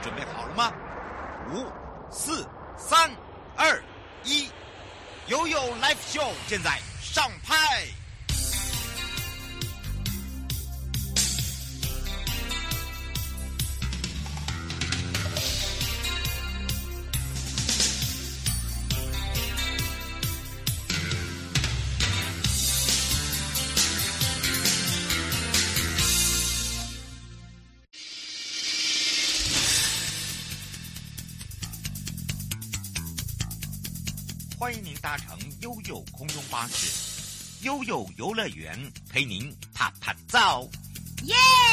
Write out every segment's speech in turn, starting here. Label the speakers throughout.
Speaker 1: 准备好了吗？5、4、3、2、1，悠悠 Live Show 现在上拍。欢迎您搭乘悠悠空中巴士，悠悠游乐园陪您啪啪照，
Speaker 2: 耶！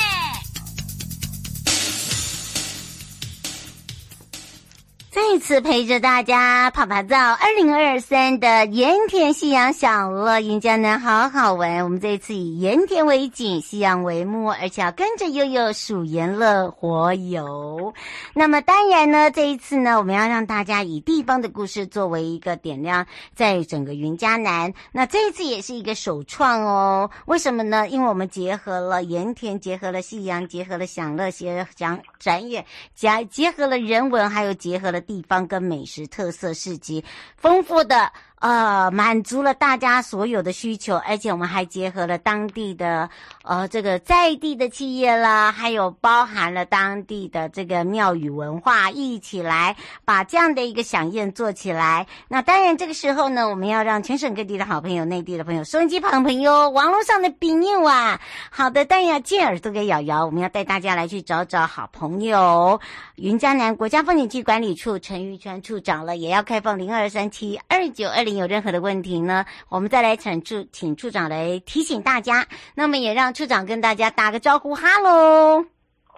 Speaker 2: 再一次陪着大家啪啪照2023的盐田夕阳小乐云嘉南好好玩。我们这一次以盐田为景，夕阳为目，而且要跟着悠悠数盐乐活游。那么当然呢，这一次呢，我们要让大家以地方的故事作为一个点亮，在整个云嘉南。那这一次也是一个首创哦。为什么呢？因为我们结合了盐田，结合了夕阳，结合了享乐，结合展演，结合了人文，还有结合了地方跟美食特色市集，丰富的满足了大家所有的需求，而且我们还结合了当地的这个在地的企业啦，还有包含了当地的这个庙宇文化，一起来把这样的一个飨宴做起来。那当然这个时候呢，我们要让全省各地的好朋友、内地的朋友、收音机旁朋友、网络上的朋友啊，好的，当然要借耳朵给瑶瑶，我们要带大家来去找找好朋友。云嘉南国家风景区管理处陈玉川处长了，也要开放02372920，有任何的问题呢，我们再来请处长来提醒大家。那么也让处长跟大家打个招呼，哈喽。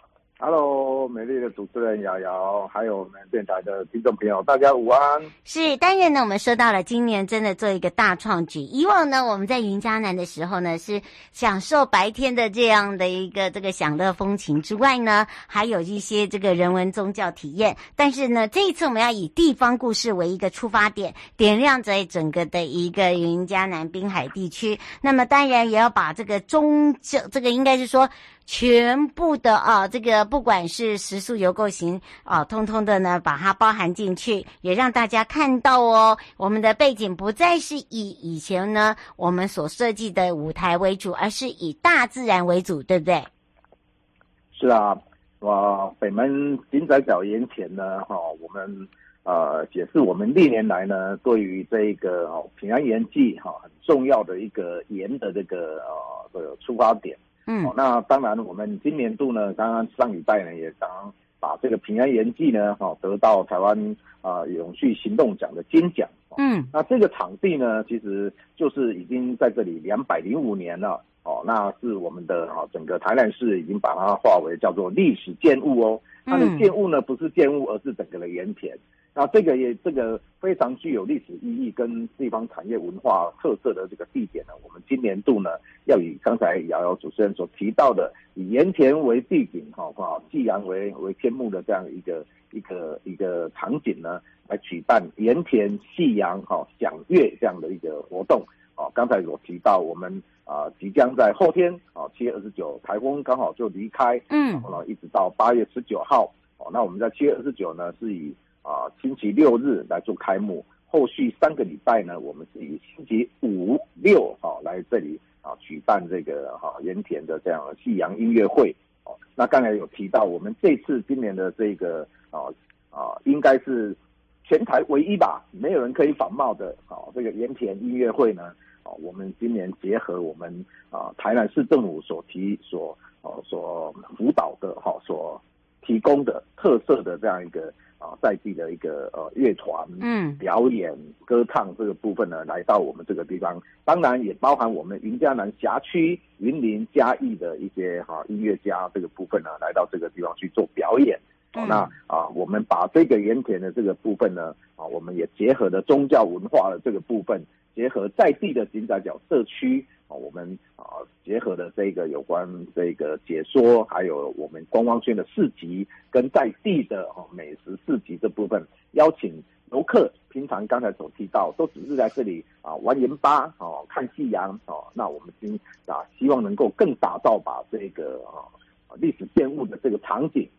Speaker 3: Hello， 美丽的主持人瑶瑶，还有我们电台的听众朋友，大家午安。
Speaker 2: 是，当然呢，我们说到了今年真的做一个大创举。以往呢，我们在云嘉南的时候呢，是享受白天的这样的一个这个享乐风情之外呢，还有一些这个人文宗教体验。但是呢，这一次我们要以地方故事为一个出发点，点亮在整个的一个云嘉南滨海地区。那么当然也要把这个这个应该是说全部的这个不管是食宿游购行通通的呢把它包含进去，也让大家看到哦，我们的背景不再是以前呢我们所设计的舞台为主，而是以大自然为主，对不对？
Speaker 3: 是啊，北门金仔角盐田呢我们也是我们历年来呢对于这个平安盐季很重要的一个盐的这个出发点。那当然我们今年度呢，刚刚上礼拜呢也刚把这个平安盐季呢得到台湾永续行动奖的金奖。那这个场地呢其实就是已经在这里205年了。那是我们的整个台南市已经把它划为叫做历史建物哦。它的建物呢不是建物，而是整个的盐田。那这个非常具有历史意义跟地方产业文化特色的这个地点呢，我们今年度呢要以刚才瑶瑶主持人所提到的以盐田为地景夕阳为天幕的这样一个场景呢，来举办盐田夕阳享乐这样的一个活动。刚才有提到我们即将在后天7月29台风刚好就离开，一直到8月19号。那我们在7月29呢是以星期六日来做开幕，后续3个礼拜呢，我们是以星期5、6来这里举办这个盐田的这样的夕阳音乐会。那刚才有提到，我们这次今年的这个应该是全台唯一吧，没有人可以仿冒的这个盐田音乐会呢。我们今年结合我们台南市政府所辅导的所提供的特色的这样一个在地的一个乐团表演歌唱这个部分呢，来到我们这个地方，当然也包含我们云嘉南辖区云林嘉义的一些音乐家这个部分呢，来到这个地方去做表演。那我们把这个盐田的这个部分呢我们也结合了宗教文化的这个部分，结合在地的金仔角社区我们结合了这个有关这个解说，还有我们观光圈的市集跟在地的美食市集这部分，邀请游客平常刚才所提到都只是在这里玩盐巴看夕阳那我们希望能够更打造把这个历史建物的这个场景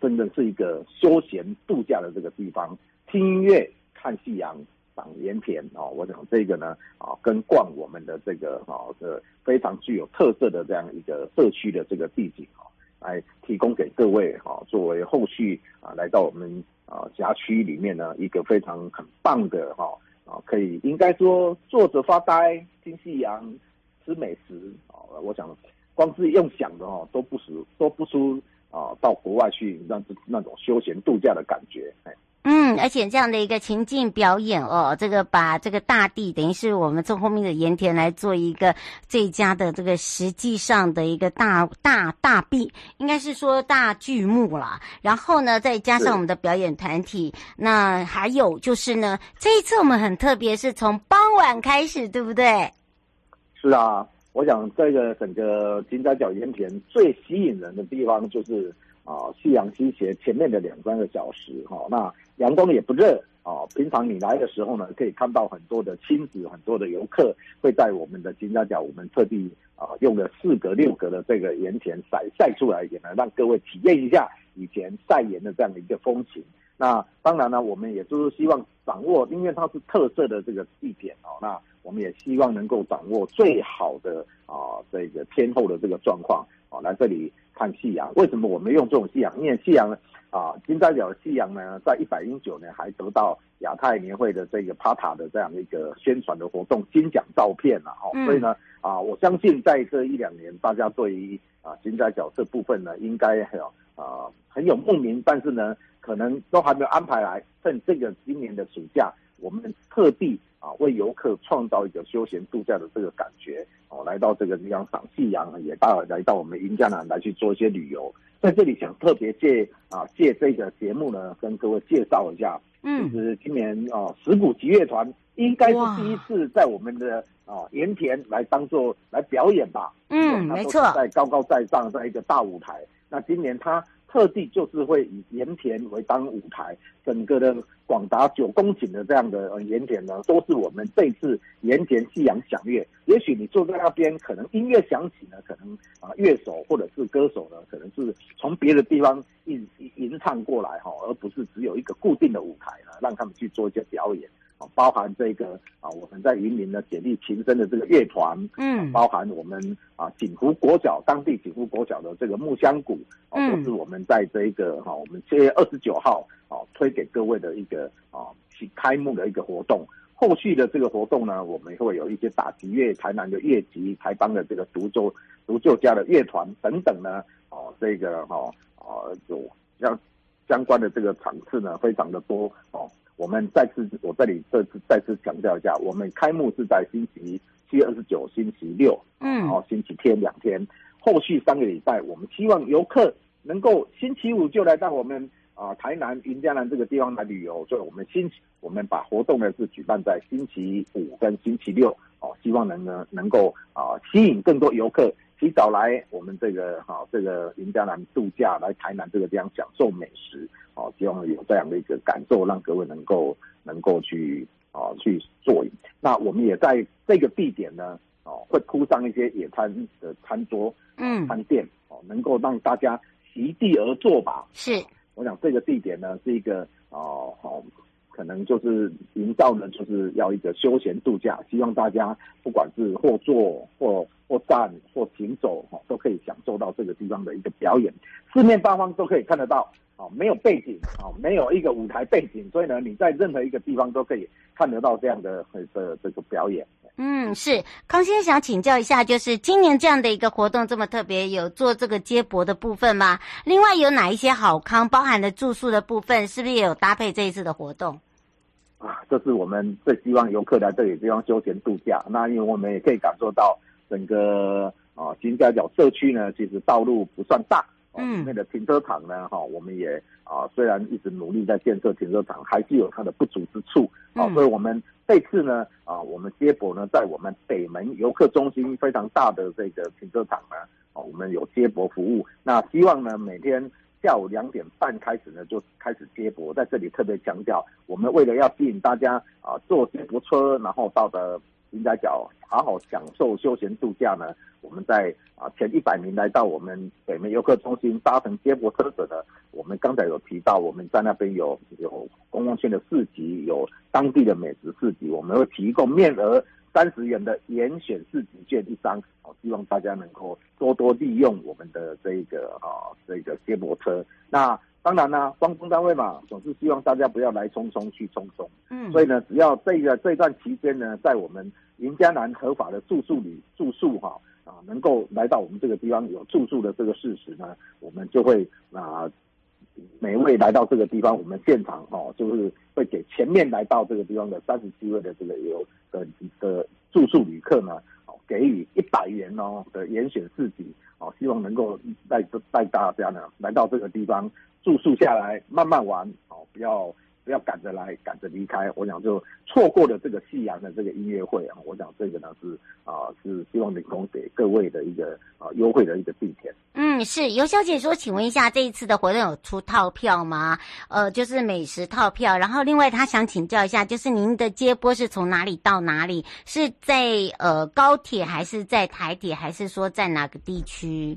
Speaker 3: 真的是一个休闲度假的这个地方，听音乐、看夕阳、赏盐田我想这个呢跟逛我们的这个非常具有特色的这样一个社区的这个地景来提供给各位作为后续来到我们辖区里面呢一个非常很棒的可以应该说坐着发呆、听夕阳、吃美食我想光是用想的都不输到国外去那种休闲度假的感觉。
Speaker 2: 而且这样的一个情境表演这个把这个大地等于是我们从后面的盐田来做一个最佳的这个实际上的一个大壁，应该是说大剧目啦。然后呢，再加上我们的表演团体，那还有就是呢，这一次我们很特别，是从傍晚开始，对不对？
Speaker 3: 是啊，我想这个整个金仔角盐田最吸引人的地方就是夕阳西斜前面的2-3个小时那阳光也不热平常你来的时候呢，可以看到很多的亲子、很多的游客会在我们的金仔角，我们特地用了4格6格的这个盐田晒出来，也能让各位体验一下以前晒盐的这样的一个风情。那当然呢，我们也就是希望掌握，因为它是特色的这个地点那我们也希望能够掌握最好的这个天候的这个状况来这里看夕阳。为什么我们用这种夕阳？因为夕阳金仔角的夕阳呢，在109年还得到亚太年会的这个PATA的这样一个宣传的活动金奖照片所以呢我相信在这1-2年，大家对于金仔角这部分呢，应该很有共鸣，但是呢，可能都还没有安排来。趁这个今年的暑假，我们特地为游客创造一个休闲度假的这个感觉来到这个地方赏夕阳，也来到我们云嘉南来去做一些旅游。在这里想特别借这个节目呢，跟各位介绍一下，就是今年石鼓集乐团应该是第一次在我们的盐田来表演吧。
Speaker 2: 没错，
Speaker 3: 在高高在上，在一个大舞台。那今年他特地就是会以盐田为当舞台，整个的广达9公顷的这样的盐田呢，都是我们这次盐田夕阳响乐。也许你坐在那边，可能音乐响起呢，可能乐手或者是歌手呢，可能是从别的地方吟唱过来而不是只有一个固定的舞台呢，让他们去做一些表演。包含这个我们在云林的姐弟情深的这个乐团，包含我们景福国小当地景福国小的这个木香鼓，都是我们在这一个我们7月29号推给各位的一个开幕的一个活动。后续的这个活动呢，我们会有一些打击乐、台南的乐集、台邦的这个独奏家的乐团等等呢，这个有相关的这个场次呢，非常的多我们我这里再次强调一下，我们开幕是在星期7月29星期6，然后星期天2天，后续3个礼拜，我们希望游客能够星期五就来到我们台南云嘉南这个地方来旅游，所以我们把活动呢是举办在星期5跟星期6希望能够吸引更多游客提早来我们这个云嘉南度假，来台南这个地方享受美食希望有这样的一个感受，让各位能够去做。那我们也在这个地点呢会铺上一些野餐的餐桌餐垫能够让大家席地而坐吧。
Speaker 2: 是，我
Speaker 3: 想这个地点呢是一个可能就是营造呢就是要一个休闲度假，希望大家不管是或坐或站或行走都可以享受到这个地方的一个表演，四面八方都可以看得到没有背景没有一个舞台背景，所以呢你在任何一个地方都可以看得到这样的这个表演。
Speaker 2: 是康先生想请教一下，就是今年这样的一个活动这么特别，有做这个接驳的部分吗？另外有哪一些好康包含的住宿的部分，是不是也有搭配这一次的活动？
Speaker 3: 这是我们最希望游客来这里地方休闲度假。那因为我们也可以感受到整个金仔角社区呢，其实道路不算大，里面的停车场呢我们也虽然一直努力在建设停车场，还是有它的不足之处所以我们这次呢我们接驳呢在我们北门游客中心非常大的这个停车场呢我们有接驳服务。那希望呢每天下午2点半开始呢就开始接驳，在这里特别强调，我们为了要吸引大家坐接驳车，然后到的金仔角好好享受休闲度假呢，我们在前100名来到我们北门游客中心搭乘接驳车者呢，我们刚才有提到我们在那边有公共性的市集，有当地的美食市集，我们会提供面额30元的严选市集券1张，希望大家能够多多利用我们的这个接驳车。那当然啦，观光单位嘛，总是希望大家不要来匆匆去匆匆。所以呢，只要这段期间呢，在我们云嘉南合法的住宿能够来到我们这个地方有住宿的这个事实呢，我们就会每位来到这个地方，我们现场就是会给前面来到这个地方的37位的这个的住宿旅客呢，给予100元的严选市集，希望能够带大家呢来到这个地方住宿下来，慢慢玩，不要赶着来赶着离开。我想就错过了这个夕阳的这个音乐会啊，我想这个呢是希望能够给各位的一个优惠的一个地点。
Speaker 2: 是尤小姐说，请问一下，这一次的活动有出套票吗？就是美食套票。然后另外她想请教一下，就是您的接驳是从哪里到哪里？是在高铁还是在台铁，还是说在哪个地区？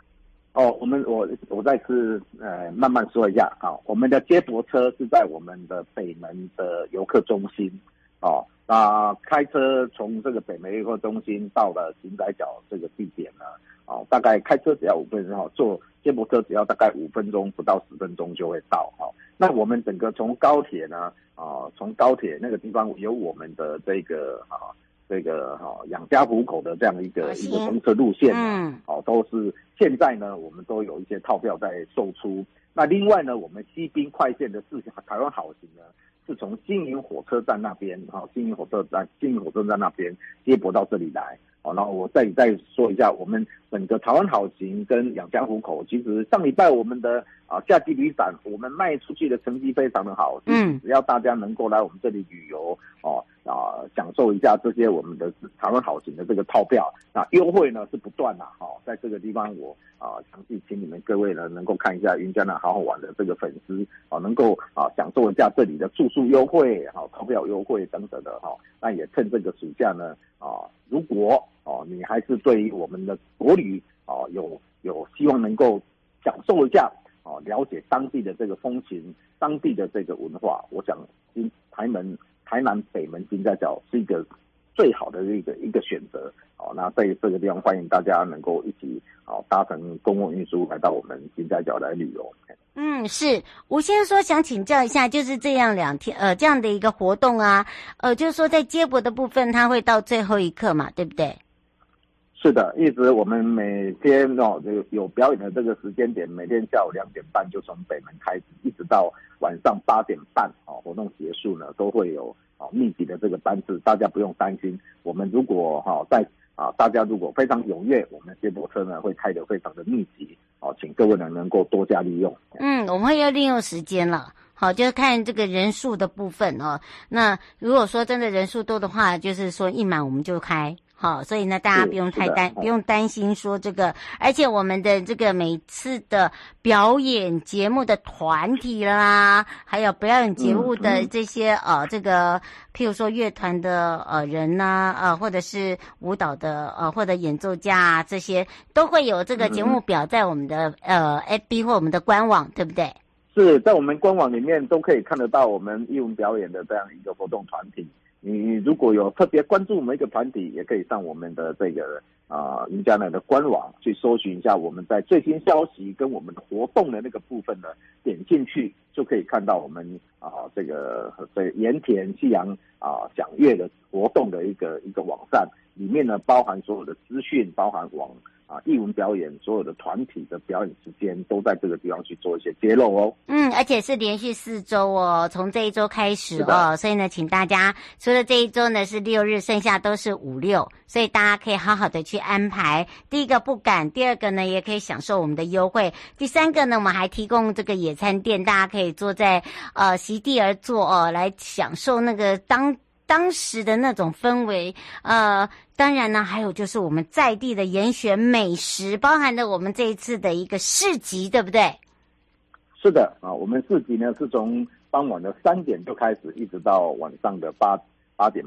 Speaker 3: 我再次慢慢说一下我们的接驳车是在我们的北门的游客中心开车从这个北门游客中心到了金仔角这个地点呢大概开车只要5分钟坐接驳车只要大概5分钟不到10分钟就会到那我们整个从高铁呢从高铁那个地方有我们的这个养家糊口的这样一个公车路线都是现在呢我们都有一些套票在售出。那另外呢，我们西滨快线的台湾好行呢，是从金银火车站那边金银火车站那边接驳到这里来然后我再说一下，我们整个台湾好行跟养家糊口，其实上礼拜我们的夏季旅展，我们卖出去的成绩非常的好。只要大家能够来我们这里旅游享受一下这些我们的台湾好行的这个套票，那优惠呢是不断在这个地方我详细请你们各位呢能够看一下云嘉南好好玩的这个粉丝能够享受一下这里的住宿优惠套票优惠等等的那也趁这个暑假呢如果你还是对于我们的国旅有希望能够享受一下了解当地的这个风情，当地的这个文化，我想台南北门金仔角是一个最好的一个选择那在这个地方欢迎大家能够一起搭乘公共运输来到我们金仔角来旅游。
Speaker 2: 是吴先生说想请教一下，就是这样2天这样的一个活动就是说在接驳的部分它会到最后一刻嘛，对不对？
Speaker 3: 是的，一直我们每天有表演的这个时间点，每天下午2点半就从北门开始，一直到晚上8点半活动结束呢，都会有密集的这个班次，大家不用担心。我们如果大家如果非常踊跃，我们接驳车呢会开得非常的密集请各位呢能够多加利用。
Speaker 2: 我们会要利用时间了。好，就是看这个人数的部分那如果说真的人数多的话，就是说一满我们就开。好，所以呢，大家不用担心说这个，而且我们的这个每次的表演节目的团体啦，还有表演节目的这些这个譬如说乐团的人或者是舞蹈的或者演奏家这些都会有这个节目表在我们的FB 或我们的官网，对不对？
Speaker 3: 是在我们官网里面都可以看得到我们艺文表演的这样一个活动团体。你如果有特别关注我们一个团体，也可以上我们的这个云嘉南的官网去搜寻一下我们在最新消息跟我们的活动的那个部分呢，点进去就可以看到我们这个盐田夕阳享乐的活动的一个网站，里面呢包含所有的资讯，包含艺文表演所有的团体的表演时间都在这个地方去做一些揭露
Speaker 2: 而且是连续4周从这一周开始所以呢请大家除了这一周呢是6日，剩下都是5、6，所以大家可以好好的去安排。第一个不赶，第二个呢也可以享受我们的优惠，第三个呢我们还提供这个野餐垫，大家可以坐在席地而坐来享受那个当时的那种氛围。当然呢还有就是我们在地的严选美食，包含了我们这一次的一个市集，对不对？
Speaker 3: 是的我们市集呢是从傍晚的3点就开始，一直到晚上的8点半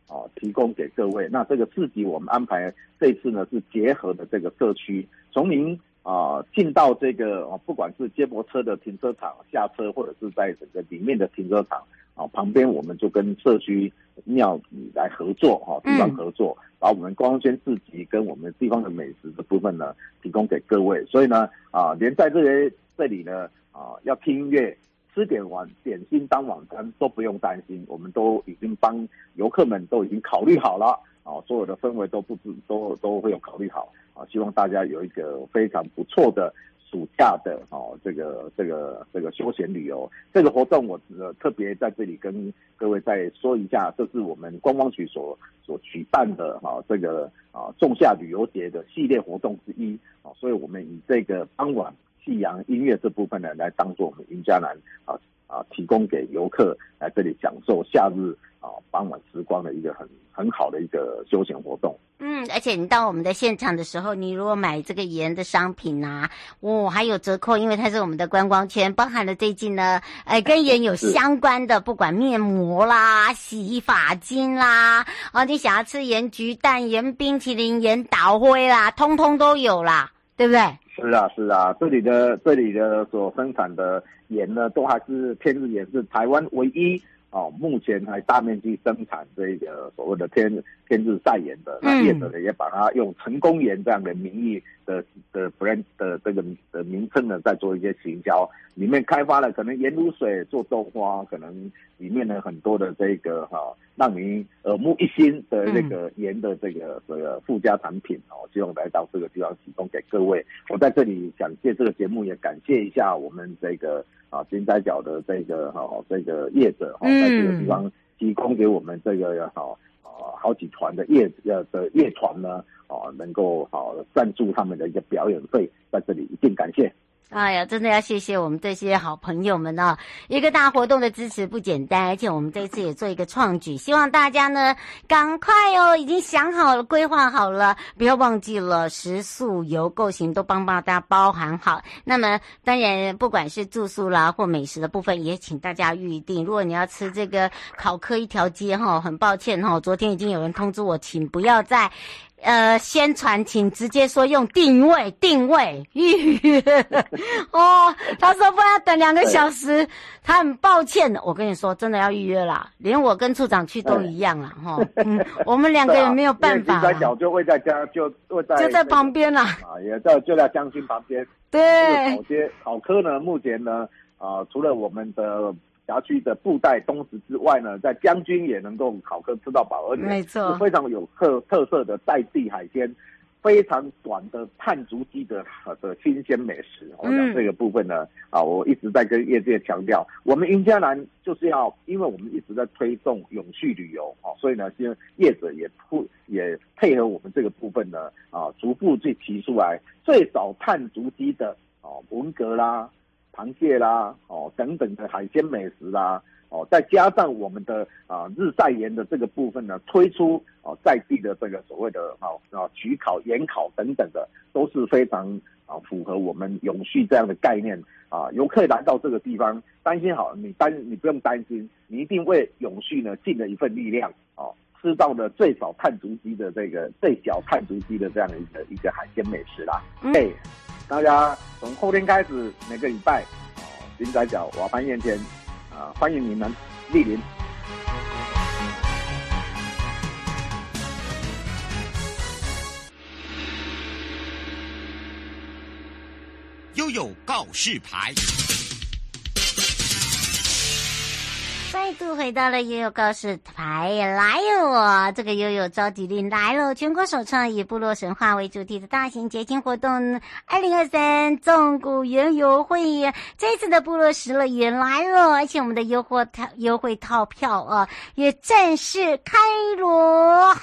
Speaker 3: 提供给各位。那这个市集我们安排这次呢是结合的这个社区，从您进到这个不管是接驳车的停车场下车，或者是在整个里面的停车场旁边，我们就跟社区庙宇来合作地方合作，把我们观光圈市集跟我们地方的美食的部分呢提供给各位。所以呢连在这里呢要听音乐、吃点心当晚餐都不用担心，我们都已经帮游客们都已经考虑好了所有的氛围都会有考虑好希望大家有一个非常不错的暑假的这个休闲旅游。这个活动我特别在这里跟各位再说一下，这是我们观光局所举办的这个仲夏旅游节的系列活动之一所以我们以这个傍晚夕阳音乐这部分呢，来当做我们云嘉南提供给游客来这里享受夏日傍晚时光的一个很好的一个休闲活动。
Speaker 2: 而且你到我们的现场的时候，你如果买这个盐的商品还有折扣，因为它是我们的观光圈，包含了最近呢，跟盐有相关的，不管面膜啦、洗发精啦，你想要吃盐焗蛋、盐冰淇淋、盐捣灰啦，通通都有啦，对不对？
Speaker 3: 是啊，这里的所生产的盐呢，都还是天日盐，是台湾唯一目前还大面积生产这个所谓的天日晒盐的，那业者呢也把它用成功盐这样的名义的 brand 的这个的名称呢，在做一些行销，里面开发了可能盐卤水做豆花，可能里面呢很多的这个让你耳目一新的这个盐的这个附加产品希望来到这个地方提供给各位。我在这里想借这个节目也感谢一下我们这个金仔角的这个业者在这个地方提供给我们这个好几团的乐团呢能够赞助他们的一个表演费，在这里一定感谢。
Speaker 2: 哎呀，真的要谢谢我们这些好朋友们一个大活动的支持不简单，而且我们这一次也做一个创举，希望大家呢赶快已经想好了、规划好了，不要忘记了食宿游购行都帮大家包含好。那么当然不管是住宿啦或美食的部分，也请大家预定。如果你要吃这个考科一条街很抱歉昨天已经有人通知我，请不要再宣传，请直接说用定位预约他说不然等2个小时，他很抱歉的。我跟你说真的要预约啦，连我跟处长去都一样啦我们2个也没有办法
Speaker 3: 金仔角就会在家，就
Speaker 2: 在旁边啦
Speaker 3: 也就在将军旁边。
Speaker 2: 对，
Speaker 3: 考科呢目前呢除了我们的辖区的布袋东石之外呢，在将军也能够考科吃到饱，而且
Speaker 2: 没错，
Speaker 3: 是非常有特色的在地海鲜，非常短的碳足迹的新鲜美食。我想这个部分呢我一直在跟业界强调，我们云嘉南就是要，因为我们一直在推动永续旅游所以呢，现在业者也配合我们这个部分呢逐步去提出来最少碳足迹的文蛤啦、螃蟹啦等等的海鲜美食啦再加上我们的日晒盐的这个部分呢，推出在地的这个所谓的焗烤、盐烤等等的，都是非常符合我们永续这样的概念游客来到这个地方，担心你不用担心，你一定为永续呢尽了一份力量吃到了最少碳足迹的这个最小碳足迹的这样的一个海鲜美食啦。大家从后天开始，每个礼拜金仔角瓦盘盐田欢迎你们莅临。
Speaker 1: 悠悠告示牌。
Speaker 2: 再度回到了悠悠告示牌，来了这个悠悠召集令来了，全国首创以部落神话为主题的大型节庆活动2023纵谷园游会，这次的部落食乐园来了，而且我们的优惠套票也正式开锣，好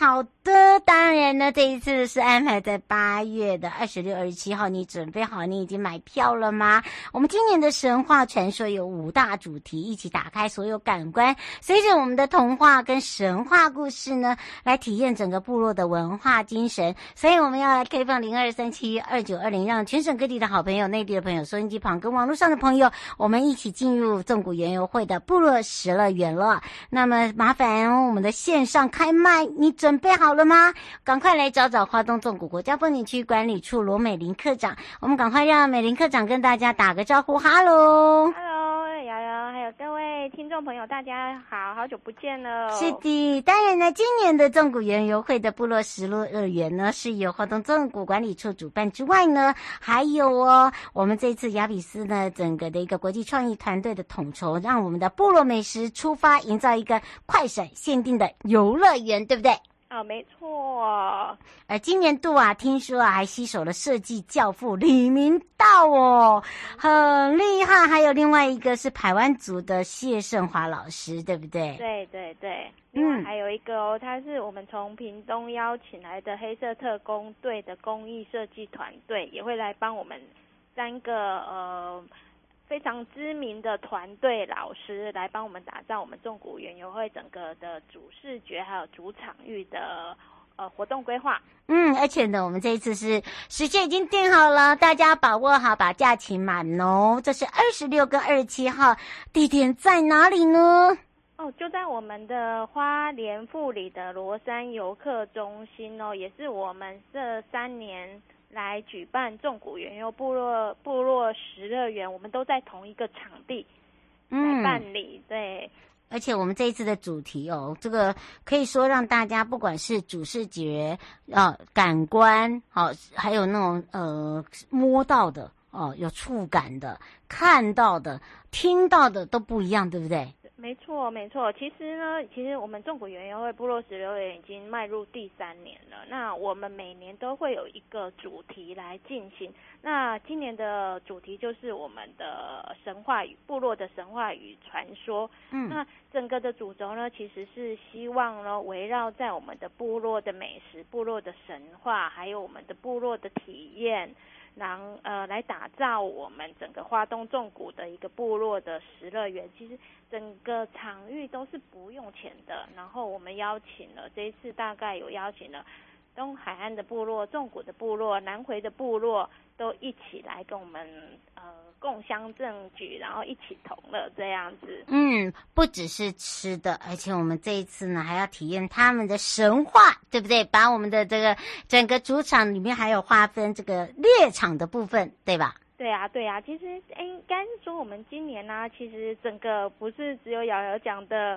Speaker 2: 的，当然呢，这一次是安排在8月的26、27号，你准备好？你已经买票了吗？我们今年的神话传说有5大主题，一起打开所有感官，随着我们的童话跟神话故事呢，来体验整个部落的文化精神。所以我们要来开放02372920，让全省各地的好朋友、内地的朋友、收音机旁跟网络上的朋友，我们一起进入纵谷园游会的部落时乐园了。那么麻烦我们的线上开麦，你准备好了吗？赶快来找找花东纵谷国家风景区管理处罗美玲科长，我们赶快让美玲科长跟大家打个招呼。哈喽
Speaker 4: 瑶瑶，还有各位听众朋友，大家好，好久不见了。
Speaker 2: 是的，当然呢，今年的纵谷园游会的部落时乐园呢，是由花东纵谷管理处主办之外呢，还有我们这次雅比斯呢，整个的一个国际创意团队的统筹，让我们的部落美食出发，营造一个快闪限定的游乐园，对不对？
Speaker 4: 没错。
Speaker 2: 而今年度听说还携手了设计教父李明道很厉害。还有另外一个是排湾族的谢胜华老师，对不对？
Speaker 4: 对对对。另外还有一个他是我们从屏东邀请来的黑色特工队的工艺设计团队，也会来帮我们3个非常知名的团队老师来帮我们打造我们纵谷园游会整个的主视觉还有主场域的活动规划。
Speaker 2: 而且呢，我们这一次是时间已经定好了，大家把握好，把假期满哦。这是26跟27号，地点在哪里呢？
Speaker 4: 就在我们的花莲富里的罗山游客中心也是我们这3年来举办纵谷园游部落时乐园，我们都在同一个场地来办理。对，
Speaker 2: 而且我们这一次的主题这个可以说让大家不管是主视觉感官还有那种摸到的有触感的、看到的、听到的都不一样，对不对？
Speaker 4: 没错没错。其实我们纵谷园游会部落时乐园已经迈入第3年了。那我们每年都会有一个主题来进行。那今年的主题就是我们的神话语，部落的神话与传说。那整个的主轴呢，其实是希望呢围绕在我们的部落的美食、部落的神话，还有我们的部落的体验，来打造我们整个花东纵谷的一个部落的时乐园。其实整个场域都是不用钱的，然后我们邀请了，这一次大概有邀请了东海岸的部落、纵谷的部落、南回的部落，都一起来跟我们共襄盛举，然后一起同乐这样子。
Speaker 2: 不只是吃的，而且我们这一次呢还要体验他们的神话，对不对？把我们的这个整个主场里面还有划分这个猎场的部分，对吧？
Speaker 4: 对啊，其实应该是说我们今年其实整个不是只有瑶瑶讲的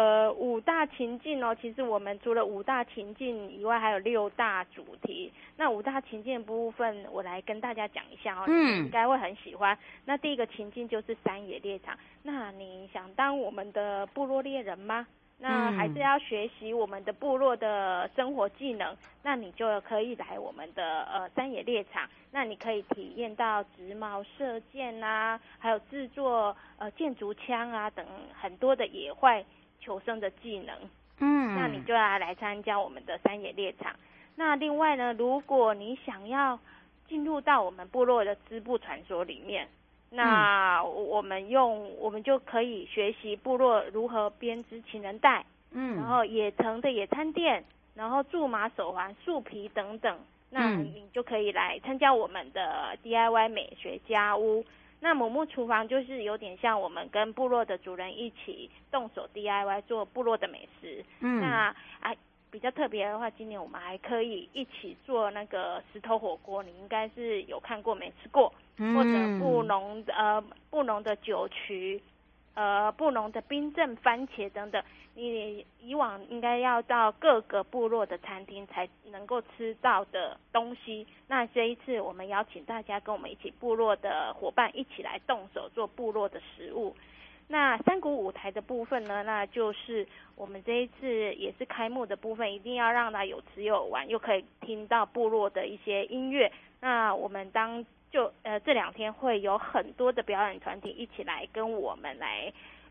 Speaker 4: 5大情境其实我们除了5大情境以外，还有6大主题。那5大情境的部分，我来跟大家讲一下你应该会很喜欢。那第一个情境就是山野猎场。那你想当我们的部落猎人吗？那还是要学习我们的部落的生活技能，那你就可以来我们的山野猎场。那你可以体验到直矛射箭还有制作箭竹枪等很多的野外求生的技能。那你就要来参加我们的山野猎场。那另外呢，如果你想要进入到我们部落的织布传说里面，那我们就可以学习部落如何编织情人带，然后野藤的野餐垫，然后苎麻手环、树皮等等。那你就可以来参加我们的 DIY 美学家屋。那母木厨房就是有点像我们跟部落的主人一起动手 DIY 做部落的美食。那比较特别的话，今年我们还可以一起做那个石头火锅，你应该是有看过没吃过，或者布农的酒曲，布农的冰镇番茄等等。你以往应该要到各个部落的餐厅才能够吃到的东西，那这一次我们邀请大家跟我们一起部落的伙伴一起来动手做部落的食物。那山谷舞台的部分呢，那就是我们这一次也是开幕的部分，一定要让它有吃有玩，又可以听到部落的一些音乐。那我们这2天会有很多的表演团体一起来跟我们来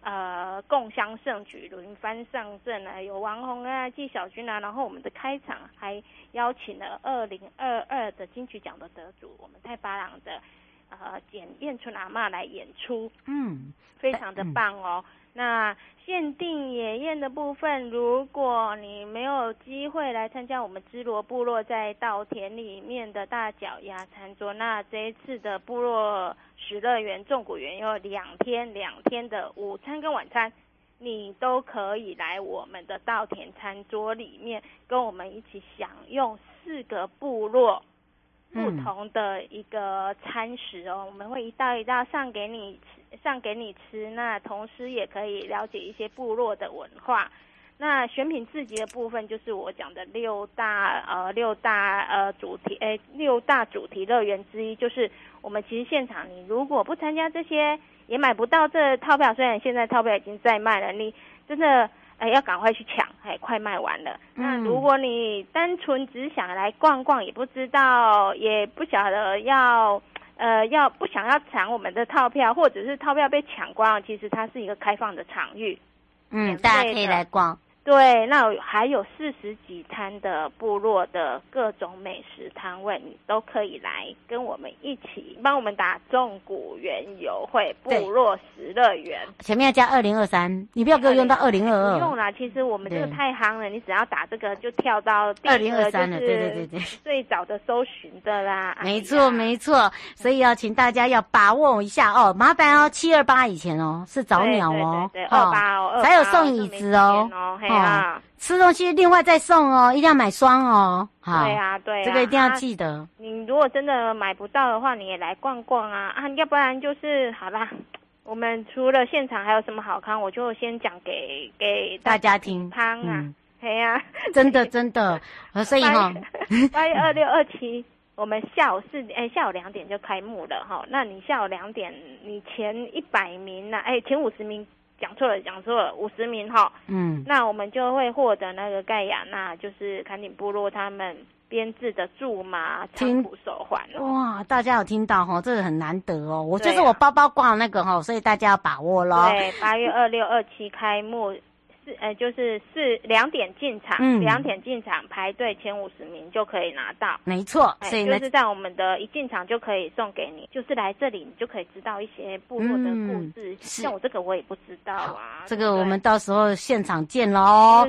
Speaker 4: 共襄盛举，轮番上阵啊，有王宏啊、纪晓君啊，然后我们的开场还邀请了2022的金曲奖的得主，我们太巴朗的简燕春阿嬷来演出，非常的棒哦。那限定野宴的部分，如果你没有机会来参加我们芝罗部落在稻田里面的大脚丫餐桌，那这一次的部落食乐园纵谷园有2天的午餐跟晚餐，你都可以来我们的稻田餐桌里面跟我们一起享用4个部落不同的一个餐食哦，我们会一道一道上给你吃，那同时也可以了解一些部落的文化。那选品市集的部分就是我讲的六大主题乐园之一，就是我们其实现场你如果不参加这些也买不到这套票，虽然现在套票已经在卖了，你真的要赶快去抢，快卖完了。那如果你单纯只想来逛逛，也不知道，也不晓得不想要抢我们的套票，或者是套票被抢光，其实它是一个开放的场域，
Speaker 2: 大家可以来逛。
Speaker 4: 对，那还有40几摊的部落的各种美食摊位，你都可以来跟我们一起帮我们打纵谷园游会部落食乐园。
Speaker 2: 前面要加2023，你不要给我用到2022。
Speaker 4: 不用啦，其实我们这个太夯了，你只要打这个就跳到2023了，对，最早的搜寻的啦。
Speaker 2: 没错，所以要请大家要把握一下哦，麻烦哦，728以前哦是早鸟哦，
Speaker 4: 对，28哦，
Speaker 2: 还有送椅子哦。吃东西另外再送哦，一定要买双哦。好，
Speaker 4: 对啊，
Speaker 2: 这个一定要记得。
Speaker 4: 你如果真的买不到的话，你也来逛逛啊，要不然就是好啦。我们除了现场还有什么好康，我就先讲给
Speaker 2: 大家听。
Speaker 4: 康啊，
Speaker 2: 真的，所以
Speaker 4: 8月26、27，我们下午2点就开幕了哈。那你下午2点，你前100名啊，前50名。讲错了，50名哈。那我们就会获得那个盖亚纳，就是坎顶部落他们编制的苎麻菖蒲手环哦。
Speaker 2: 哇，大家有听到哈？这个很难得哦。我就是我包包挂的那个哈，所以大家要把握咯。
Speaker 4: 对，8月26、27开幕。就是2点进场，2点进场排队前50名就可以拿到。
Speaker 2: 没错，所以
Speaker 4: 就是在我们的一进场就可以送给你，就是来这里你就可以知道一些部落的故事。像我这个我也不知道啊。
Speaker 2: 这个我们到时候现场见喽。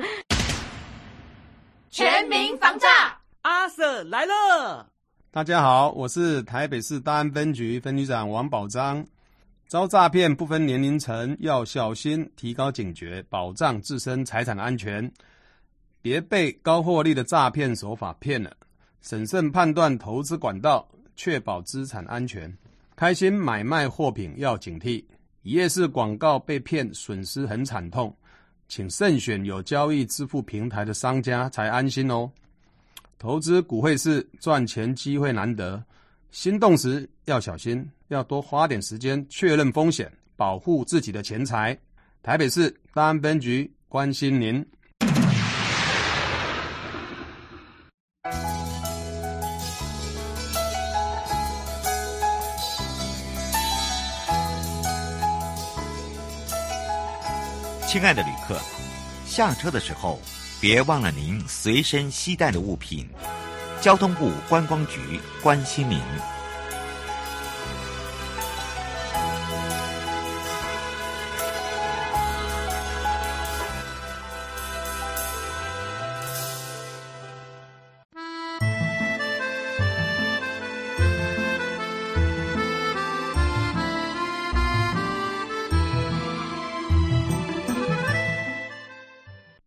Speaker 5: 全民防诈，阿 Sir 来了。
Speaker 6: 大家好，我是台北市大安分局分局长王宝章。遭诈骗不分年龄层，要小心，提高警觉，保障自身财产的安全，别被高获利的诈骗手法骗了。审慎判断投资管道，确保资产安全。开心买卖货品要警惕，一页式广告被骗，损失很惨痛，请慎选有交易支付平台的商家才安心哦。投资股汇市赚钱机会难得，心动时要小心，要多花点时间确认风险，保护自己的钱财。台北市大安分局关心您。
Speaker 1: 亲爱的旅客，下车的时候别忘了您随身携带的物品。交通部观光局关心您。